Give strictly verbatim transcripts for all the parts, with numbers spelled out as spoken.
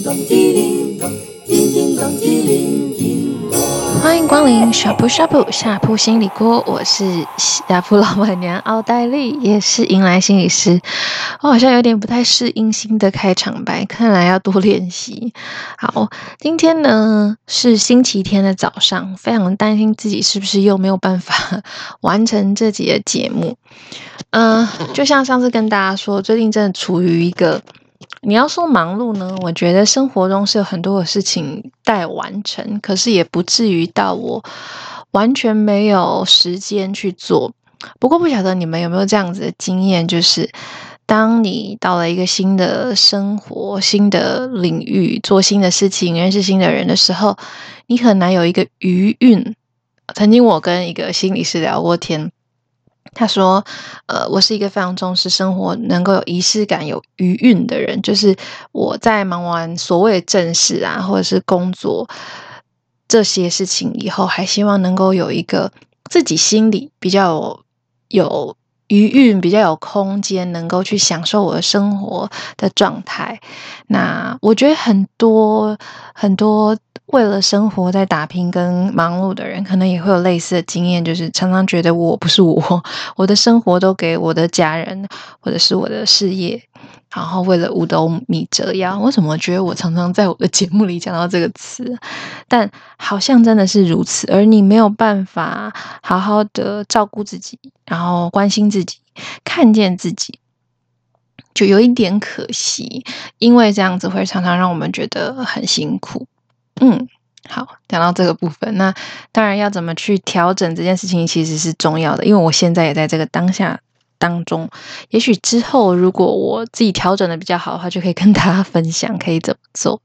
欢迎光临下铺下铺下铺心理锅，我是下铺老板娘奥黛丽，也是迎来心理师。我好像有点不太适应新的开场白，看来要多练习。好，今天呢是星期天的早上，非常担心自己是不是又没有办法完成这集的节目。嗯、呃，就像上次跟大家说，最近真的处于一个。你要说忙碌呢，我觉得生活中是有很多的事情待完成，可是也不至于到我完全没有时间去做。不过不晓得你们有没有这样子的经验，就是当你到了一个新的生活、新的领域，做新的事情、认识新的人的时候，你很难有一个余韵。曾经我跟一个心理师聊过天，他说呃，我是一个非常重视生活能够有仪式感有余韵的人，就是我在忙完所谓的正事啊或者是工作这些事情以后，还希望能够有一个自己心里比较有有余韵，比较有空间能够去享受我的生活的状态。那我觉得很多很多为了生活在打拼跟忙碌的人，可能也会有类似的经验，就是常常觉得我不是我，我的生活都给我的家人或者是我的事业，然后为了五斗米折腰。为什么觉得我常常在我的节目里讲到这个词？但好像真的是如此，而你没有办法好好的照顾自己，然后关心自己，看见自己，就有一点可惜，因为这样子会常常让我们觉得很辛苦。嗯，好，讲到这个部分，那当然要怎么去调整这件事情其实是重要的，因为我现在也在这个当下当中，也许之后如果我自己调整的比较好的话，就可以跟大家分享可以怎么做。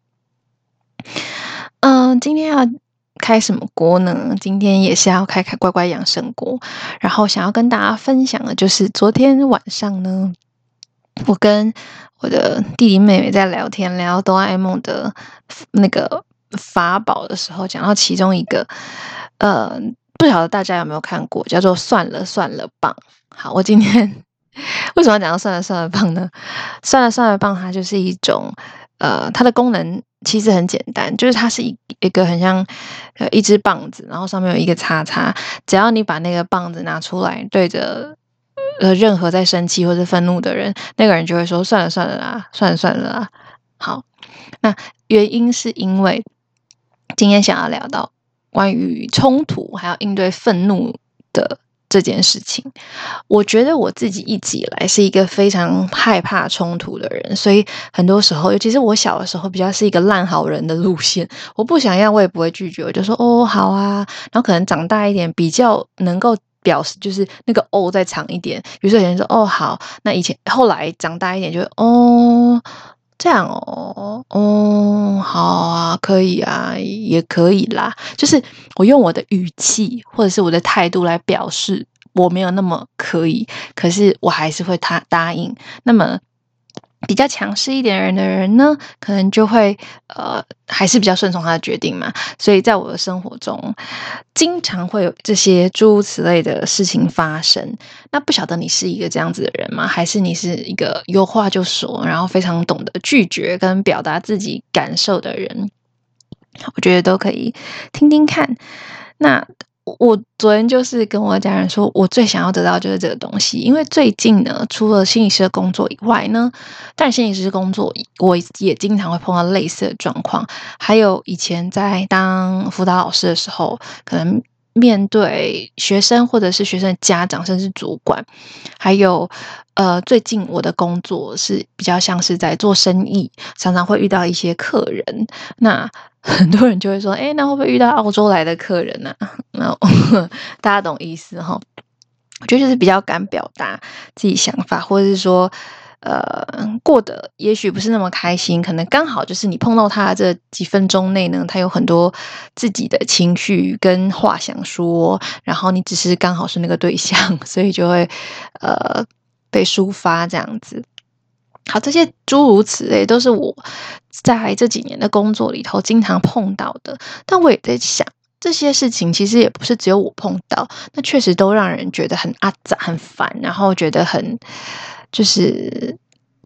嗯、呃，今天要开什么锅呢？今天也是要开开乖乖养生锅，然后想要跟大家分享的就是昨天晚上呢，我跟我的弟弟妹妹在聊天，聊哆啦 A 梦的那个法宝的时候，讲到其中一个，呃，不晓得大家有没有看过，叫做算了算了棒。好，我今天为什么要讲到算了算了棒呢？算了算了棒，它就是一种，呃，它的功能其实很简单，就是它是一一个很像呃一支棒子，然后上面有一个叉叉，只要你把那个棒子拿出来，对着呃任何在生气或者愤怒的人，那个人就会说算了算了啦，算了算了啦。好，那原因是因为今天想要聊到关于冲突还有应对愤怒的这件事情。我觉得我自己一直以来是一个非常害怕冲突的人，所以很多时候，尤其是我小的时候，比较是一个烂好人的路线。我不想要，我也不会拒绝，我就说哦好啊。然后可能长大一点，比较能够表示就是那个哦再长一点。比如说有人说哦好，那以前后来长大一点就会哦。这样哦，哦，好啊，可以啊，也可以啦。就是我用我的语气或者是我的态度来表示我没有那么可以，可是我还是会答答应。那么比较强势一点的人的人呢，可能就会呃还是比较顺从他的决定嘛。所以在我的生活中，经常会有这些诸如此类的事情发生。那不晓得你是一个这样子的人吗？还是你是一个有话就说，然后非常懂得拒绝跟表达自己感受的人？我觉得都可以听听看。那我昨天就是跟我家人说，我最想要得到就是这个东西，因为最近呢，除了心理师的工作以外呢，但心理师工作我也经常会碰到类似的状况，还有以前在当辅导老师的时候，可能面对学生或者是学生的家长，甚至主管，还有呃，最近我的工作是比较像是在做生意，常常会遇到一些客人，那很多人就会说，诶，那会不会遇到澳洲来的客人啊？那大家懂意思齁。我觉得就是比较敢表达自己想法，或者是说，呃，过得也许不是那么开心，可能刚好就是你碰到他的这几分钟内呢，他有很多自己的情绪跟话想说，然后你只是刚好是那个对象，所以就会呃被抒发这样子。好，这些诸如此类都是我在这几年的工作里头经常碰到的，但我也在想，这些事情其实也不是只有我碰到，那确实都让人觉得很阿杂、很烦，然后觉得很就是呃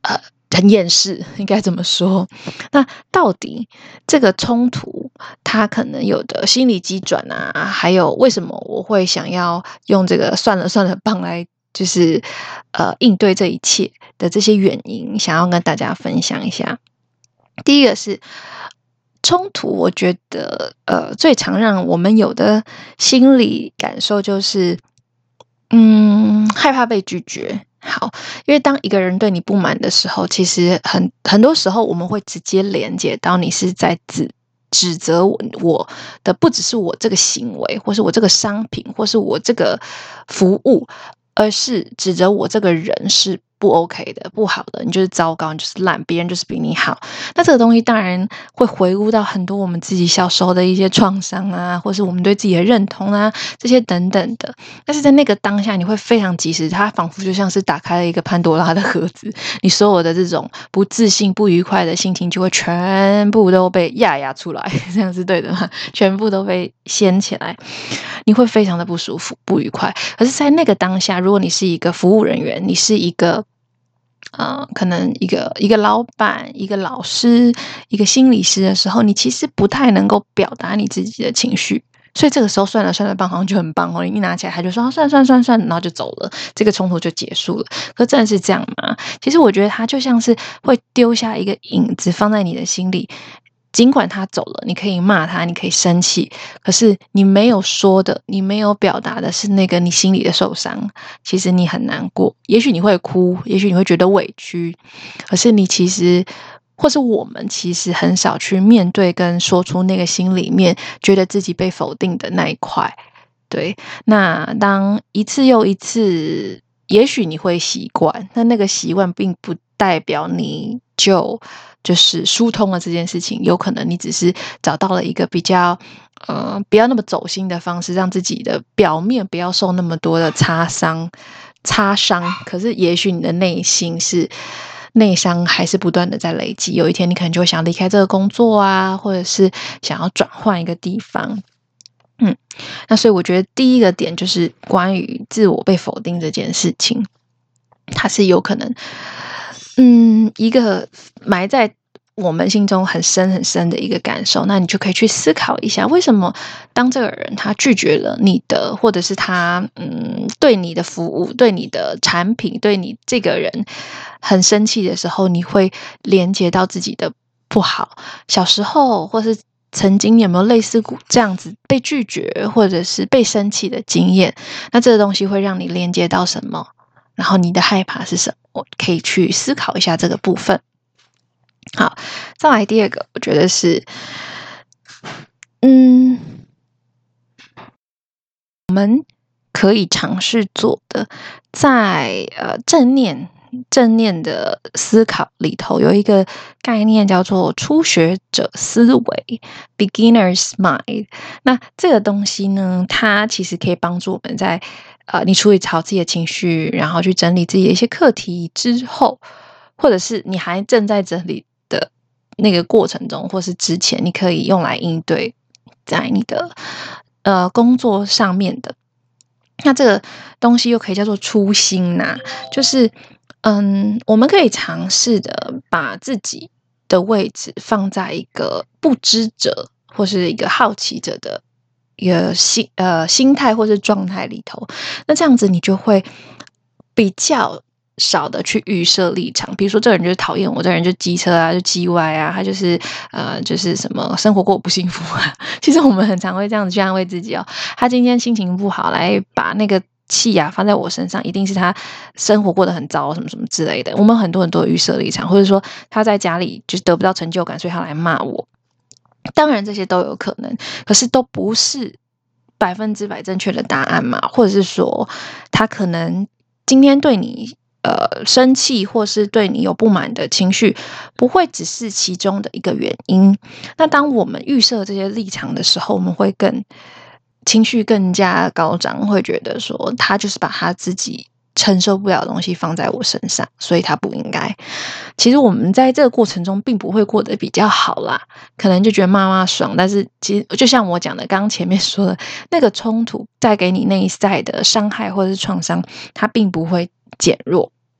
很厌世，应该怎么说？那到底这个冲突，它可能有的心理机转啊，还有为什么我会想要用这个算了算了棒来，就是呃应对这一切的这些原因，想要跟大家分享一下。第一个是冲突，我觉得呃最常让我们有的心理感受就是，嗯，害怕被拒绝。好，因为当一个人对你不满的时候，其实很很多时候我们会直接连接到你是在指指责我我的不只是我这个行为，或是我这个商品，或是我这个服务，而是指责我这个人是不 OK 的、不好的，你就是糟糕，你就是烂，别人就是比你好。那这个东西当然会回顾到很多我们自己小时候的一些创伤啊，或是我们对自己的认同啊，这些等等的。但是在那个当下，你会非常及时，它仿佛就像是打开了一个潘多拉的盒子，你所有的这种不自信、不愉快的心情就会全部都被压压出来，这样是对的吗？全部都被掀起来，你会非常的不舒服、不愉快。可是，在那个当下，如果你是一个服务人员，你是一个呃，可能一个一个老板、一个老师、一个心理师的时候，你其实不太能够表达你自己的情绪，所以这个时候算了算了棒好像就很棒哦，你一拿起来他就说、啊、算了算了算了算了，然后就走了，这个冲突就结束了。可真的是这样吗？其实我觉得他就像是会丢下一个影子放在你的心里。尽管他走了，你可以骂他，你可以生气，可是你没有说的，你没有表达的是那个你心里的受伤。其实你很难过，也许你会哭，也许你会觉得委屈，可是你其实，或是我们其实很少去面对跟说出那个心里面觉得自己被否定的那一块。对，那当一次又一次，也许你会习惯，但那个习惯并不代表你就就是疏通了这件事情，有可能你只是找到了一个比较呃不要那么走心的方式，让自己的表面不要受那么多的擦伤擦伤。可是也许你的内心是内伤还是不断的在累积，有一天你可能就会想离开这个工作啊，或者是想要转换一个地方。嗯，那所以我觉得第一个点就是关于自我被否定这件事情，它是有可能，嗯，一个埋在我们心中很深很深的一个感受。那你就可以去思考一下，为什么当这个人他拒绝了你的，或者是他嗯对你的服务、对你的产品、对你这个人很生气的时候，你会连接到自己的不好。小时候或是曾经有没有类似这样子被拒绝或者是被生气的经验？那这个东西会让你连接到什么？然后你的害怕是什么？可以去思考一下这个部分。好，再来第二个，我觉得是，嗯，我们可以尝试做的，在呃正念正念的思考里头，有一个概念叫做初学者思维 （beginner's mind）。那这个东西呢，它其实可以帮助我们在呃你处理好自己的情绪，然后去整理自己的一些课题之后，或者是你还正在整理的那个过程中，或是之前，你可以用来应对在你的呃工作上面的。那这个东西又可以叫做初心呐、啊，就是嗯，我们可以尝试的把自己的位置放在一个不知者或是一个好奇者的一个心呃心态或是状态里头。那这样子你就会比较少的去预设立场，比如说这个人就是讨厌我，这个人就机车啊，就叽歪啊，他就是呃，就是什么生活过不幸福啊。其实我们很常会这样子去安慰自己哦，他今天心情不好，来把那个气啊放在我身上，一定是他生活过得很糟，什么什么之类的。我们很多人都有预设立场，或者说他在家里就是得不到成就感，所以他来骂我。当然这些都有可能，可是都不是百分之百正确的答案嘛，或者是说他可能今天对你呃生气，或是对你有不满的情绪，不会只是其中的一个原因。那当我们预设这些立场的时候，我们会更情绪更加高涨，会觉得说他就是把他自己承受不了的东西放在我身上，所以他不应该。其实我们在这个过程中并不会过得比较好啦，可能就觉得骂骂爽，但是其实就像我讲的，刚刚前面说的那个冲突带给你内在的伤害或者是创伤，它并不会减弱。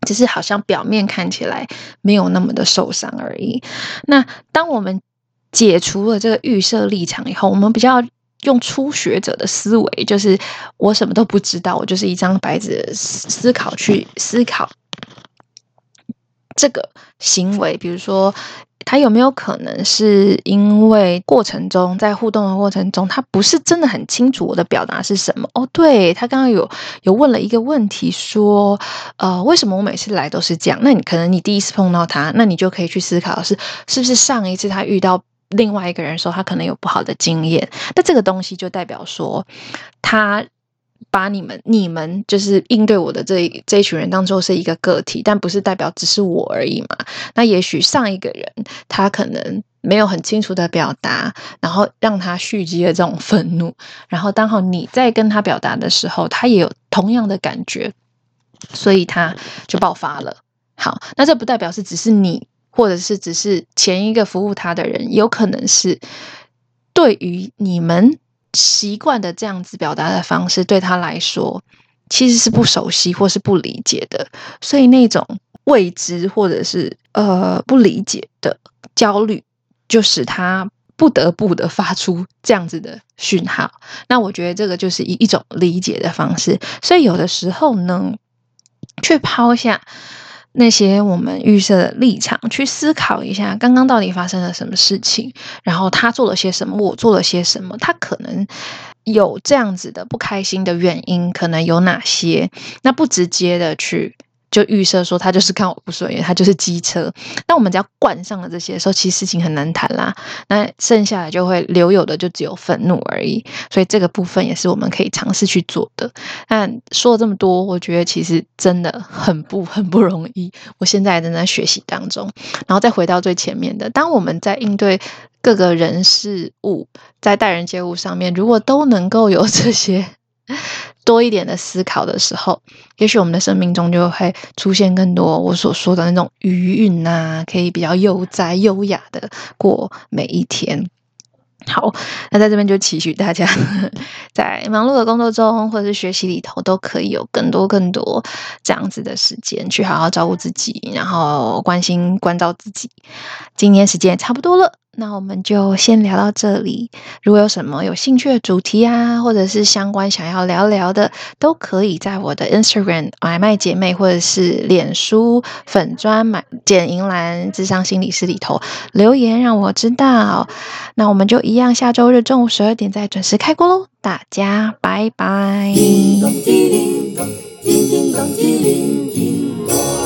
只是好像表面看起来没有那么的受伤而已。那当我们解除了这个预设立场以后，我们比较用初学者的思维，就是我什么都不知道，我就是一张白纸的思考去思考这个行为，比如说他有没有可能是因为过程中在互动的过程中，他不是真的很清楚我的表达是什么。哦，对，他刚刚有有问了一个问题说，呃，为什么我每次来都是这样？那你可能你第一次碰到他，那你就可以去思考的是，是不是上一次他遇到另外一个人的时候，他可能有不好的经验？那这个东西就代表说，他把你们你们就是应对我的这一这一群人当作是一个个体，但不是代表只是我而已嘛。那也许上一个人他可能没有很清楚的表达，然后让他蓄积了这种愤怒，然后刚好你在跟他表达的时候，他也有同样的感觉，所以他就爆发了。好，那这不代表是只是你，或者是只是前一个服务他的人，有可能是对于你们习惯的这样子表达的方式，对他来说其实是不熟悉或是不理解的，所以那种未知或者是呃不理解的焦虑，就使他不得不的发出这样子的讯号。那我觉得这个就是一一种理解的方式。所以有的时候呢，去抛下那些我们预设的立场，去思考一下刚刚到底发生了什么事情，然后他做了些什么，我做了些什么，他可能有这样子的不开心的原因，可能有哪些，那不直接的去就预设说他就是看我不顺眼，他就是机车。那我们只要灌上了这些的时候，其实事情很难谈啦。那剩下来就会留有的就只有愤怒而已。所以这个部分也是我们可以尝试去做的。但说了这么多，我觉得其实真的很不很不容易。我现在正在学习当中。然后再回到最前面的，当我们在应对各个人事物，在待人接物上面，如果都能够有这些多一点的思考的时候，也许我们的生命中就会出现更多我所说的那种余韵啊，可以比较悠哉优雅的过每一天。好，那在这边就期许大家在忙碌的工作中或者是学习里头，都可以有更多更多这样子的时间去好好照顾自己，然后关心关照自己。今天时间也差不多了，那我们就先聊到这里。如果有什么有兴趣的主题啊，或者是相关想要聊聊的，都可以在我的 Instagram 买卖姐妹，或者是脸书粉专买简银兰諮商心理师里头留言让我知道。那我们就一样，下周日中午十二点再准时开锅咯，大家拜拜。